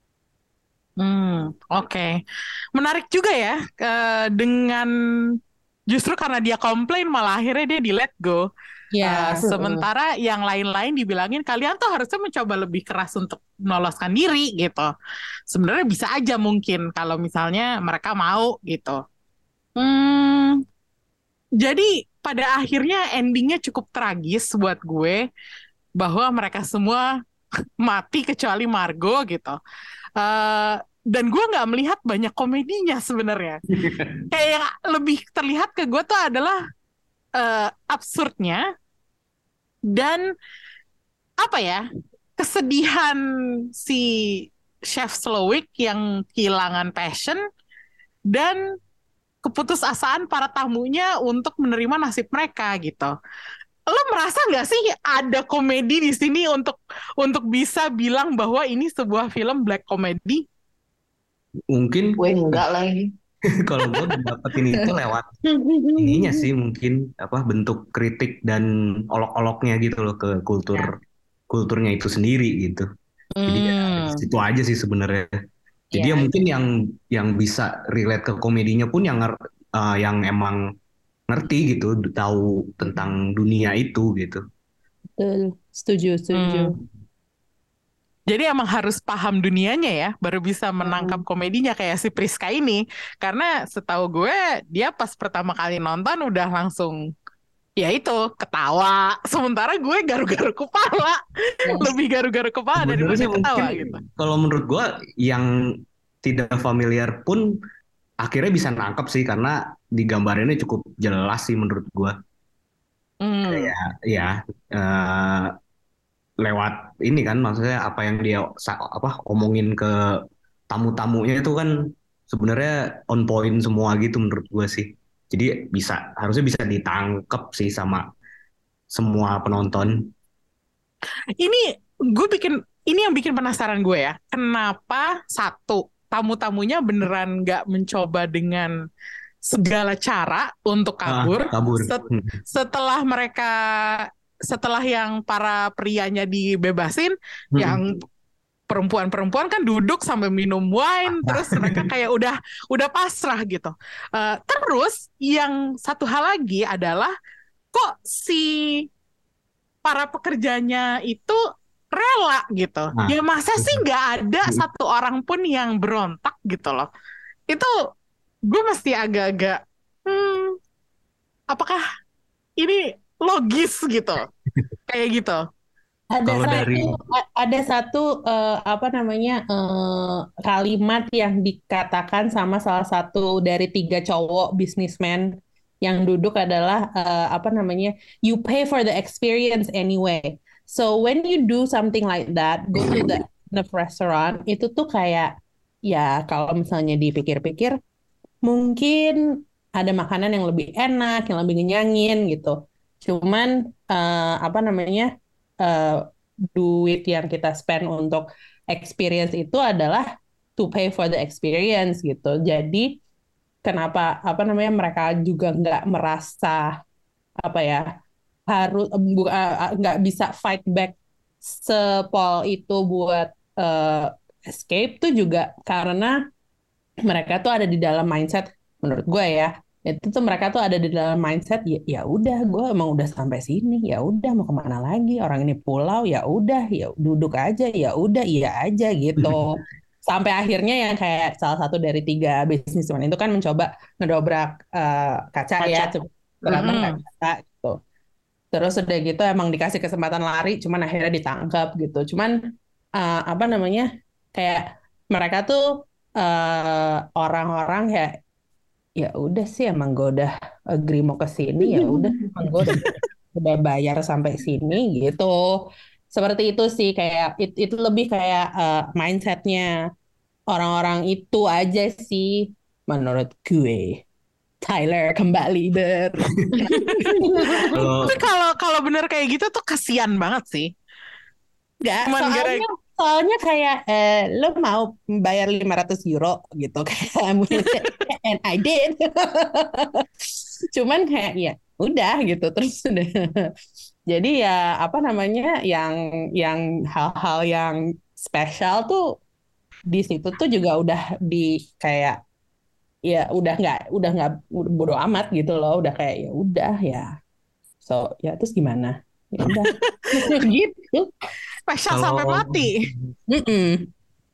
Oke. Menarik juga ya, dengan justru karena dia komplain malah akhirnya dia di let go. Ya, Sementara yang lain-lain dibilangin kalian tuh harusnya mencoba lebih keras untuk meloloskan diri gitu. Sebenarnya bisa aja mungkin kalau misalnya mereka mau gitu. Jadi pada akhirnya endingnya cukup tragis buat gue bahwa mereka semua mati kecuali Margo gitu. Dan gue nggak melihat banyak komedinya sebenarnya. Kayak yang lebih terlihat ke gue tuh adalah absurdnya dan apa ya, kesedihan si Chef Slowik yang kehilangan passion dan keputusasaan para tamunya untuk menerima nasib mereka gitu. Lo merasa nggak sih ada komedi di sini untuk bisa bilang bahwa ini sebuah film black comedy? Mungkin Gue enggak lagi. kalau gue dapetin itu lewat ininya sih, mungkin apa bentuk kritik dan olok-oloknya gitu loh ke kulturnya itu sendiri gitu. Jadi ya, itu aja sih sebenarnya. Jadi ya mungkin yang bisa relate ke komedinya pun yang emang ngerti gitu, tahu tentang dunia itu gitu. Betul. Setuju. Jadi emang harus paham dunianya ya, baru bisa menangkap komedinya kayak si Priska ini. Karena setahu gue, dia pas pertama kali nonton udah langsung, ya itu, ketawa. Sementara gue garu-garu kepala. Lebih garu-garu kepala daripada Sebenarnya ketawa mungkin gitu. kalau menurut gue yang tidak familiar pun akhirnya bisa nangkep sih, karena digambarinnya cukup jelas sih menurut gue. Kayak ya lewat ini kan, maksudnya apa yang dia omongin ke tamu-tamunya itu kan sebenarnya on point semua gitu menurut gue sih. Jadi harusnya bisa ditangkep sih sama semua penonton. Ini yang bikin penasaran gue ya. Kenapa satu, tamu-tamunya beneran nggak mencoba dengan segala cara untuk kabur. Setelah yang para prianya dibebasin, yang perempuan-perempuan kan duduk sambil minum wine, terus mereka kayak udah pasrah gitu. Terus yang satu hal lagi adalah kok si para pekerjanya itu rela gitu. Ya masa sih nggak ada satu orang pun yang berontak gitu loh. Itu gue mesti agak-agak apakah ini logis gitu, kayak gitu. Ada Kalau dari ada satu apa namanya kalimat yang dikatakan sama salah satu dari tiga cowok bisnismen yang duduk adalah apa namanya, you pay for the experience anyway. So when you do something like that, go to the restaurant, itu tuh kayak ya kalau misalnya dipikir-pikir mungkin ada makanan yang lebih enak, yang lebih ngenyangin gitu. Cuman apa namanya, eh, duit yang kita spend untuk experience itu adalah to pay for the experience gitu. Jadi kenapa apa namanya mereka juga nggak merasa apa ya, harus nggak bisa fight back sepol itu buat escape tuh juga karena mereka tuh ada di dalam mindset, menurut gue ya, itu tuh mereka tuh ada di dalam mindset ya, ya udah gue emang udah sampai sini, ya udah mau kemana lagi, orang ini pulau, ya udah ya duduk aja, ya udah iya aja gitu. Sampai akhirnya yang kayak salah satu dari tiga bisnismen itu kan mencoba ngedobrak kaca ya, Kaca. coba berantem Mm-mm. kaca gitu. Terus udah gitu emang dikasih kesempatan lari, cuman akhirnya ditangkap gitu. Cuman apa namanya, kayak mereka tuh orang-orang ya, ya udah sih emang gue udah agree mau ke sini, ya udah emang gue udah bayar sampai sini gitu. Seperti itu sih, kayak itu lebih kayak mindsetnya orang-orang itu aja sih menurut gue. Tyler kembali ber. kalau Tapi kalau kalau bener kayak gitu tuh kasihan banget sih. Enggak, Cuman gara soalnya kayak lo mau bayar 500 euro gitu kayak and I did. Cuman kayak ya udah gitu terus udah. Jadi ya apa namanya, yang hal-hal yang spesial tuh di situ tuh juga udah di kayak ya udah nggak bodo amat gitu loh, udah kayak ya udah ya. So ya terus gimana? Ya udah gitu. spesial sampai kalau mati. Mm-mm.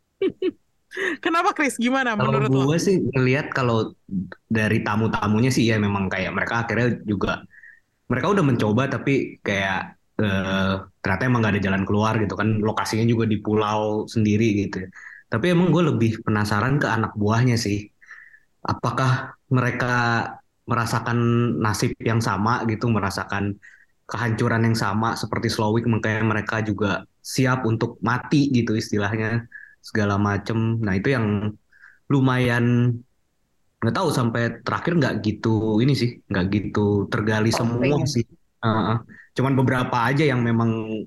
Kenapa Chris? Gimana kalau menurut lo? gue sih ngelihat kalau dari tamu-tamunya sih ya memang kayak mereka akhirnya juga mereka udah mencoba tapi kayak ternyata emang nggak ada jalan keluar gitu kan, lokasinya juga di pulau sendiri gitu ya. Tapi emang gue lebih penasaran ke anak buahnya sih, apakah mereka merasakan nasib yang sama gitu, merasakan kehancuran yang sama seperti Slowik, makanya mereka juga siap untuk mati gitu istilahnya segala macem. Nah itu yang lumayan nggak tahu sampai terakhir nggak gitu ini sih, nggak gitu tergali semua Solving. sih. Uh, Cuman beberapa aja yang memang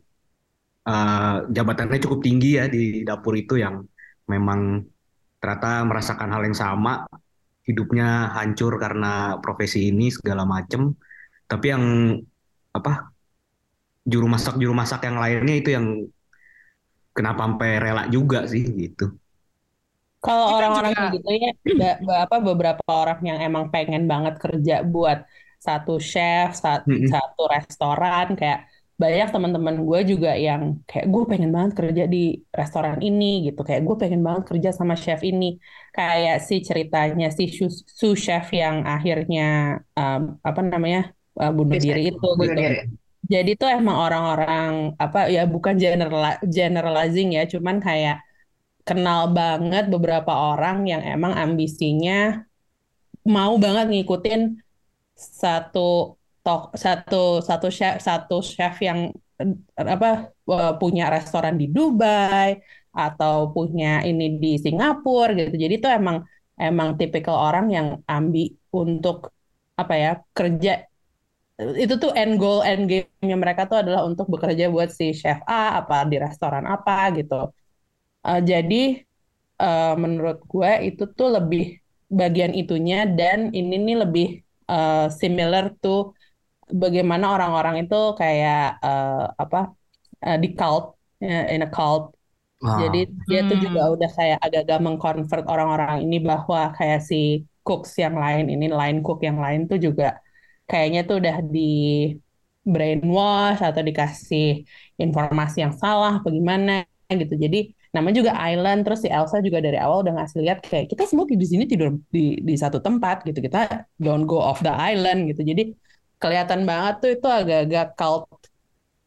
jabatannya cukup tinggi ya di dapur itu yang memang ternyata merasakan hal yang sama, hidupnya hancur karena profesi ini segala macem. Tapi yang apa juru masak yang lainnya itu yang kenapa sampai rela juga sih gitu. Kalau Kita orang-orang juga kayak gitu ya, beberapa orang yang emang pengen banget kerja buat satu chef, Mm-mm. satu restoran, kayak banyak teman-teman gue juga yang kayak gue pengen banget kerja di restoran ini gitu, kayak gue pengen banget kerja sama chef ini, kayak si ceritanya si sous chef yang akhirnya apa namanya bunuh diri itu Bunuh gitu. diri. Jadi tuh emang orang-orang apa ya, bukan generalizing ya, cuman kayak kenal banget beberapa orang yang emang ambisinya mau banget ngikutin satu satu satu chef yang apa punya restoran di Dubai atau punya ini di Singapura gitu. Jadi itu emang emang tipikal orang yang ambi untuk apa ya, kerja itu tuh end game-nya mereka tuh adalah untuk bekerja buat si chef A apa di restoran apa gitu. Jadi menurut gue itu tuh lebih bagian itunya, dan ini nih lebih similar tuh bagaimana orang-orang itu kayak apa di cult, in a cult. Jadi Wah, dia tuh juga hmm, udah kayak agak-agak mengconvert orang-orang ini bahwa kayak si cooks yang lain ini, line cook yang lain tuh juga kayaknya tuh udah di brainwash atau dikasih informasi yang salah bagaimana gitu. Jadi namanya juga island, terus si Elsa juga dari awal udah ngasih lihat kayak kita semua di sini tidur di satu tempat gitu. Kita don't go off the island gitu. Jadi kelihatan banget tuh itu agak-agak cult iya.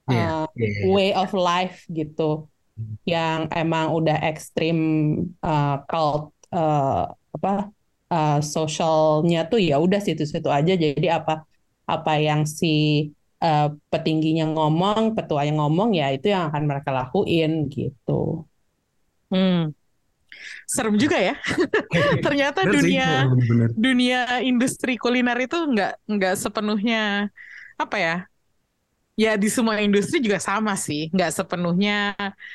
Iya. way of life gitu, yang emang udah ekstrim, cult, apa, socialnya tuh ya udah situ-situ aja. Jadi apa apa yang si petingginya ngomong, petuanya ngomong, ya itu yang akan mereka lakuin gitu. Hmm, serem juga ya. Ternyata Bener sih, dunia bener-bener. dunia industri kuliner itu nggak sepenuhnya apa ya? Ya di semua industri juga sama sih, nggak sepenuhnya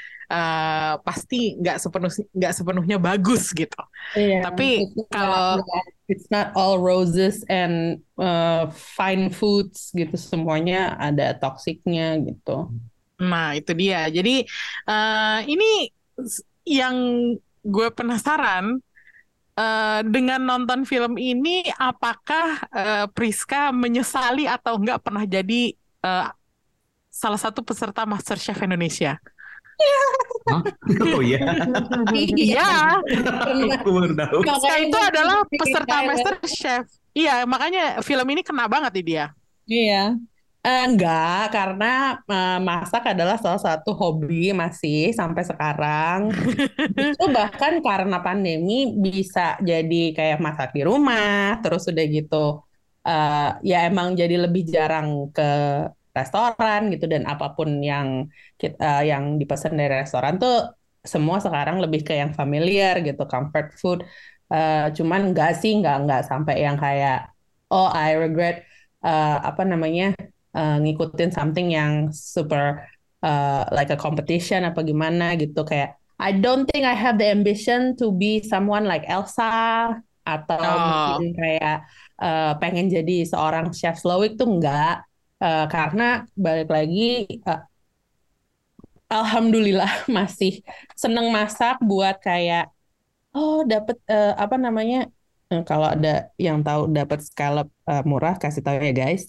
pasti nggak sepenuhnya bagus gitu. Iya, Tapi itu kalau it's not all roses and fine foods gitu. Semuanya ada toksiknya gitu. nah itu dia. Jadi ini yang gue penasaran dengan nonton film ini, apakah Priska menyesali atau enggak pernah jadi eh, salah satu peserta MasterChef Indonesia? Hah? Oh iya, Iya, Iya, pernah. aku baru tahu. Priska Makanya itu gue adalah bikin peserta kayak, MasterChef. Iya, makanya film ini kena banget di dia. iya. Enggak, karena masak adalah salah satu hobi masih sampai sekarang. Justru bahkan karena pandemi bisa jadi kayak masak di rumah, terus udah gitu, ya emang jadi lebih jarang ke restoran gitu, dan apapun yang yang dipesan dari restoran tuh semua sekarang lebih ke yang familiar gitu, comfort food. Cuman enggak sih, enggak sampai yang kayak, oh I regret, apa namanya, ngikutin something yang super, like a competition apa gimana gitu. Kayak I don't think I have the ambition to be someone like Elsa, atau mungkin Oh, kayak pengen jadi seorang chef Slowick tuh enggak. Karena balik lagi, alhamdulillah masih seneng masak buat kayak, oh dapat, apa namanya, kalau ada yang tahu dapat scallop murah, kasih tahu ya guys.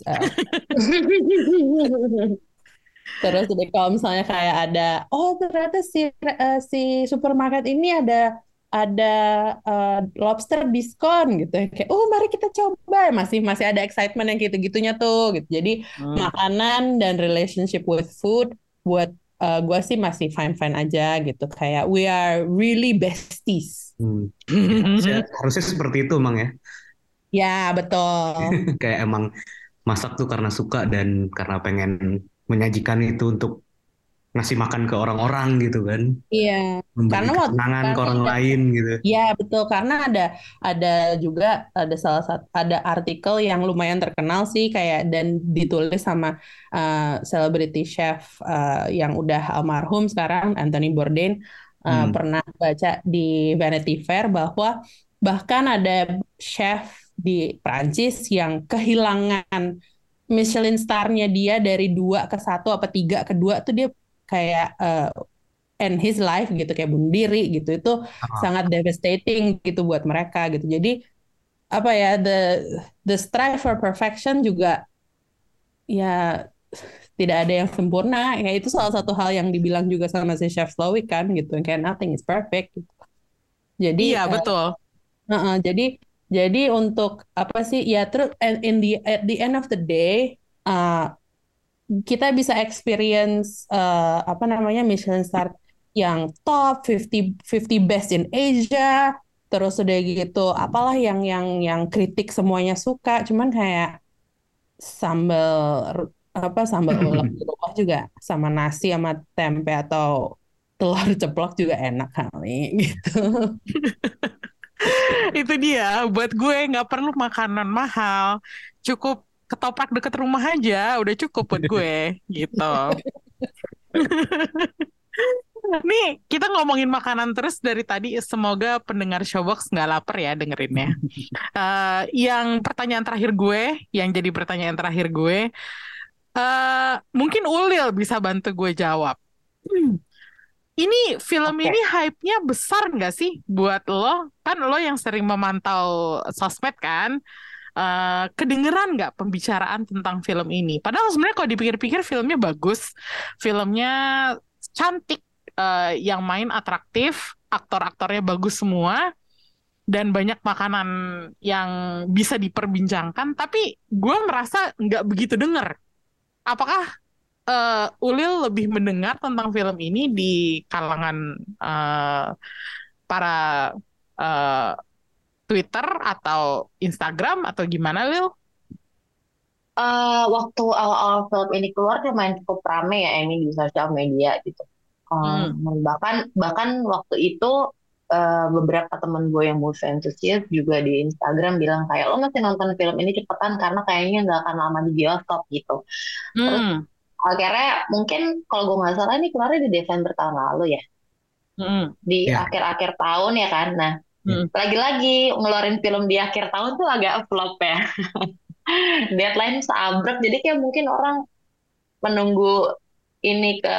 Terus jadi kalau misalnya kayak ada, oh ternyata si supermarket ini ada lobster diskon gitu ya. Kayak, oh mari kita coba. Masih masih ada excitement yang gitu-gitunya tuh gitu. Jadi hmm. makanan dan relationship with food buat gue sih masih fine-fine aja gitu. Kayak we are really besties. Ya, harusnya seperti itu emang ya. Ya, betul. Kayak emang masak tuh karena suka dan karena pengen menyajikan itu untuk ngasih makan ke orang-orang gitu kan, Iya. memberi Karena waktu kesenangan ke karena orang ada lain gitu. Ya, betul, karena ada juga, ada salah satu, ada artikel yang lumayan terkenal sih, kayak, dan ditulis sama celebrity chef yang udah almarhum sekarang, Anthony Bourdain. Hmm. Pernah baca di Vanity Fair bahwa bahkan ada chef di Prancis yang kehilangan Michelin star-nya dia dari 2 ke 1 apa 3 ke 2 tuh, dia kayak end his life gitu, kayak bunuh diri gitu. Itu Ah, sangat devastating gitu buat mereka gitu. Jadi apa ya, the strive for perfection juga ya tidak ada yang sempurna. Ya itu salah satu hal yang dibilang juga sama si Chef Slowick kan gitu, kayak nothing is perfect gitu. Iya, Jadi betul. jadi untuk apa sih ya, terus at the end of the day, uh, kita bisa experience, apa namanya, Michelin star yang top 50 best in Asia, terus udah gitu apalah yang kritik semuanya suka, cuman kayak sambal ulek di rumah juga sama nasi sama tempe atau telur ceplok juga enak kali gitu. Itu dia, buat gue nggak perlu makanan mahal, cukup ketoprak deket rumah aja, udah cukup buat gue, gitu. Nih, kita ngomongin makanan terus dari tadi, semoga pendengar Showbox nggak lapar ya dengerinnya. Yang pertanyaan terakhir gue, yang jadi pertanyaan terakhir gue, mungkin Ulil bisa bantu gue jawab. Hmm, Ini film Oke. ini hype-nya besar nggak sih buat lo? Kan lo yang sering memantau sosmed kan? Kedengeran nggak pembicaraan tentang film ini? Padahal sebenarnya kalau dipikir-pikir filmnya bagus, filmnya cantik, yang main atraktif, aktor-aktornya bagus semua, dan banyak makanan yang bisa diperbincangkan. Tapi gue merasa nggak begitu denger. Apakah Ulil lebih mendengar tentang film ini di kalangan para eh, Twitter atau Instagram atau gimana, Lil? Waktu awal-awal film ini keluar dia main cukup rame ya Emmy di sosial media gitu. Hmm. Bahkan waktu itu beberapa temen gue yang movie enthusiast juga di Instagram bilang kayak lo masih nonton film ini cepetan karena kayaknya nggak akan lama di bioskop gitu. Terus Hmm. akhirnya mungkin kalau gue nggak salah ini keluarnya di Desember tahun lalu ya, Hmm. di Ya. akhir-akhir tahun ya kan. Nah, Hmm. lagi-lagi ngeluarin film di akhir tahun tuh agak flop ya. Deadline seabrek jadi kayak mungkin orang menunggu ini ke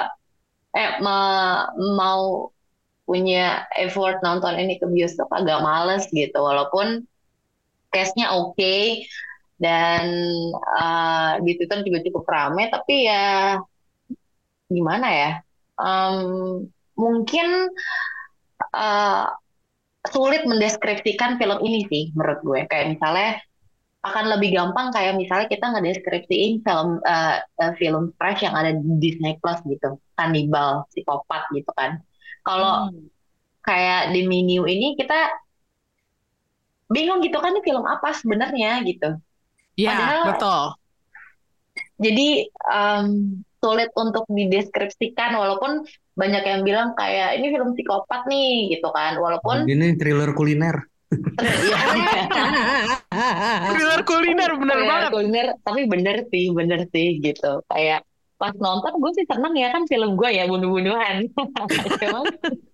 mau punya effort nonton ini ke bioskop agak males gitu walaupun case-nya oke dan di Twitter juga cukup rame tapi ya gimana ya. Em, Mungkin eh, sulit mendeskripsikan film ini sih menurut gue kayak misalnya akan lebih gampang kayak misalnya kita ngedeskripsiin film fresh yang ada di Disney Plus gitu, kanibal, psikopat gitu kan. Kalau Hmm. kayak di menu ini kita bingung gitu kan ini film apa sebenarnya gitu. Ya, Padahal betul. jadi sulit untuk dideskripsikan walaupun banyak yang bilang kayak ini film psikopat nih gitu kan. Walaupun Ini thriller kuliner. ya Thriller kuliner bener kayak banget. kuliner tapi bener sih gitu kayak pas nonton gue sih seneng ya kan film gue ya bunuh-bunuhan cuman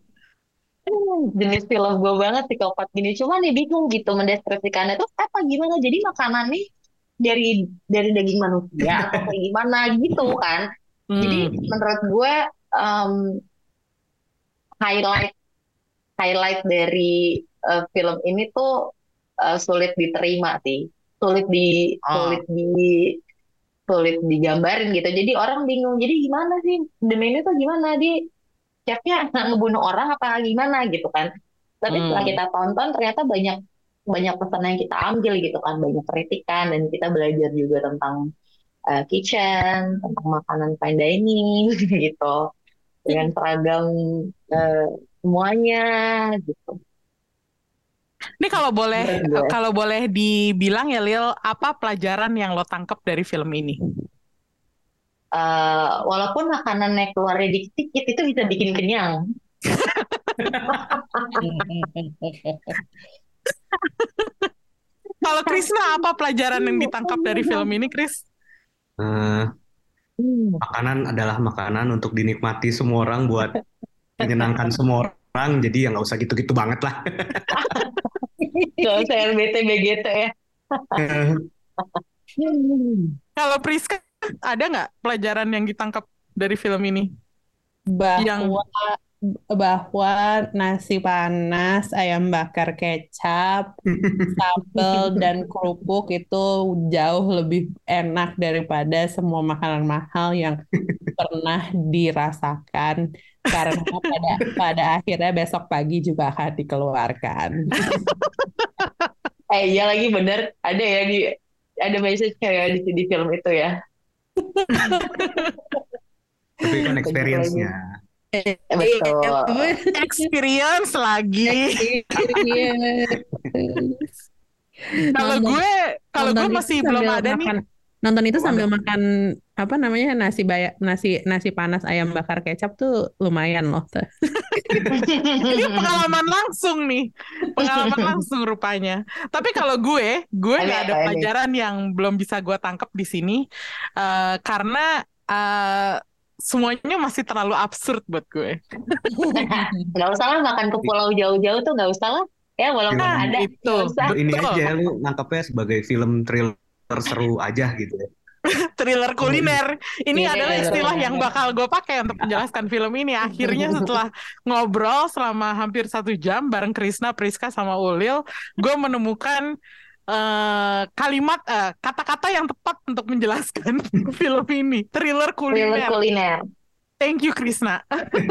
jenis film gue banget psikopat gini cuman nih bingung gitu mendeskripsikannya tuh apa gimana jadi makanannya dari daging manusia atau kayak gimana gitu kan jadi Hmm. menurut gue em, highlight highlight dari film ini tuh sulit diterima sih sulit di Oh. sulit digambarin gitu. Jadi orang bingung. Jadi gimana sih The Menu tuh gimana? Dia chefnya ngebunuh orang apa gimana gitu kan. Tapi setelah Hmm. kita tonton ternyata banyak banyak pesan yang kita ambil gitu kan. Banyak kritikan dan kita belajar juga tentang kitchen, tentang makanan fine dining gitu. Dengan seragam eh, semuanya gitu. Ini Menurut gue. kalau boleh dibilang ya Lil, apa pelajaran yang lo tangkap dari film ini? Walaupun makanannya keluarnya dikit-dikit itu bisa bikin kenyang. Kalau Krisna, apa pelajaran yang ditangkap dari film ini, Kris? Eh, Makanan adalah makanan untuk dinikmati semua orang buat menyenangkan semua orang. Jadi ya nggak usah gitu-gitu banget lah. Gak usah RBT BGT ya. Kalau Priska, ada nggak pelajaran yang ditangkap dari film ini? Yang bahwa nasi panas, ayam bakar kecap, sambal dan kerupuk itu jauh lebih enak daripada semua makanan mahal yang pernah dirasakan karena pada akhirnya besok pagi juga akan dikeluarkan. Iya lagi bener ada ya ada message kayak di film itu ya. Tapi kan experience-nya. Betul. experience lagi. Kalau Nonton gue itu masih sambil belum ada nih. Nonton itu sambil makan apa namanya nasi panas ayam bakar kecap tuh lumayan loh. Ini pengalaman langsung nih, pengalaman langsung rupanya. Tapi kalau gue nggak ada pelajaran yang belum bisa gue tangkap di sini karena semuanya masih terlalu absurd buat gue. Nggak usah lah makan ke pulau jauh-jauh tuh nggak usah lah. Ya walaupun ada itu. nggak usah. Ini Betul. aja lu nangkapnya sebagai film thriller seru aja gitu ya. Thriller kuliner. Ini Iya, adalah iya, istilah iya. yang bakal gue pakai untuk menjelaskan film ini. Akhirnya setelah ngobrol selama hampir 1 jam bareng Krisna, Priska, sama Ulil, gue menemukan kata-kata yang tepat untuk menjelaskan film ini. Thriller Thriller kuliner. kuliner. Thank you, Krisna.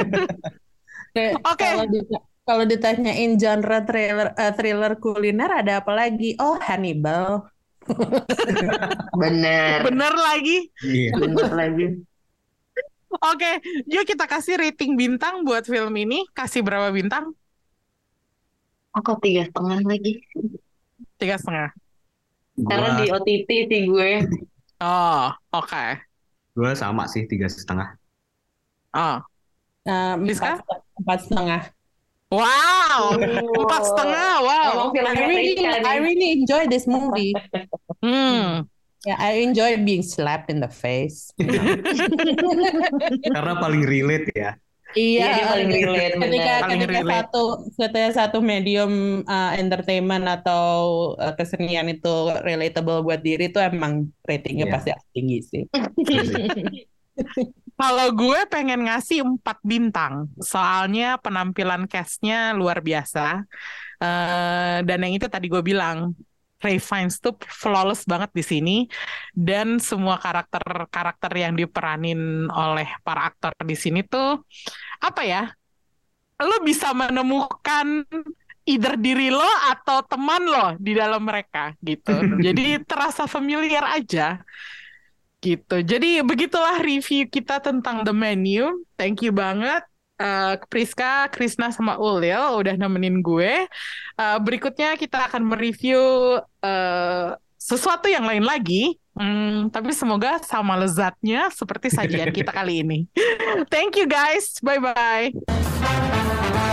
Oke. Kalau ditanyain genre thriller kuliner ada apa lagi? Oh, Hannibal. Bener. Bener lagi. Iya. Bener lagi. Oke, yuk kita kasih rating bintang buat film ini. Kasih berapa bintang? Aku 3,5 lagi. 3,5. Karena di Gua OTT sih gue. Oh, oke. gua sama sih 3,5. Oh, Rizka? 4,5. Wow, 4,5. Wow. Emang filmnya Rizka I nih. really enjoy this movie. Hmm. Yeah, I enjoy being slapped in the face. Karena paling relate ya. Iya, dia paling relate, ketika bener. Paling ketika relate. ketika satu medium entertainment atau kesenian itu relatable buat diri itu emang ratingnya Iya. pasti tinggi sih. Kalau gue pengen ngasih 4 bintang, soalnya penampilan cast-nya luar biasa. Dan yang itu tadi gue bilang, Ray Fiennes tuh flawless banget di sini, dan semua karakter yang diperanin oleh para aktor di sini tuh apa ya? Lo bisa menemukan either diri lo atau teman lo di dalam mereka gitu. Jadi terasa familiar aja. Gitu. Jadi begitulah review kita tentang The Menu. Thank you banget Priska, Krisna, sama Ulil udah nemenin gue. Berikutnya kita akan mereview sesuatu yang lain lagi. Tapi semoga sama lezatnya seperti sajian kita kali ini. Thank you guys. Bye-bye.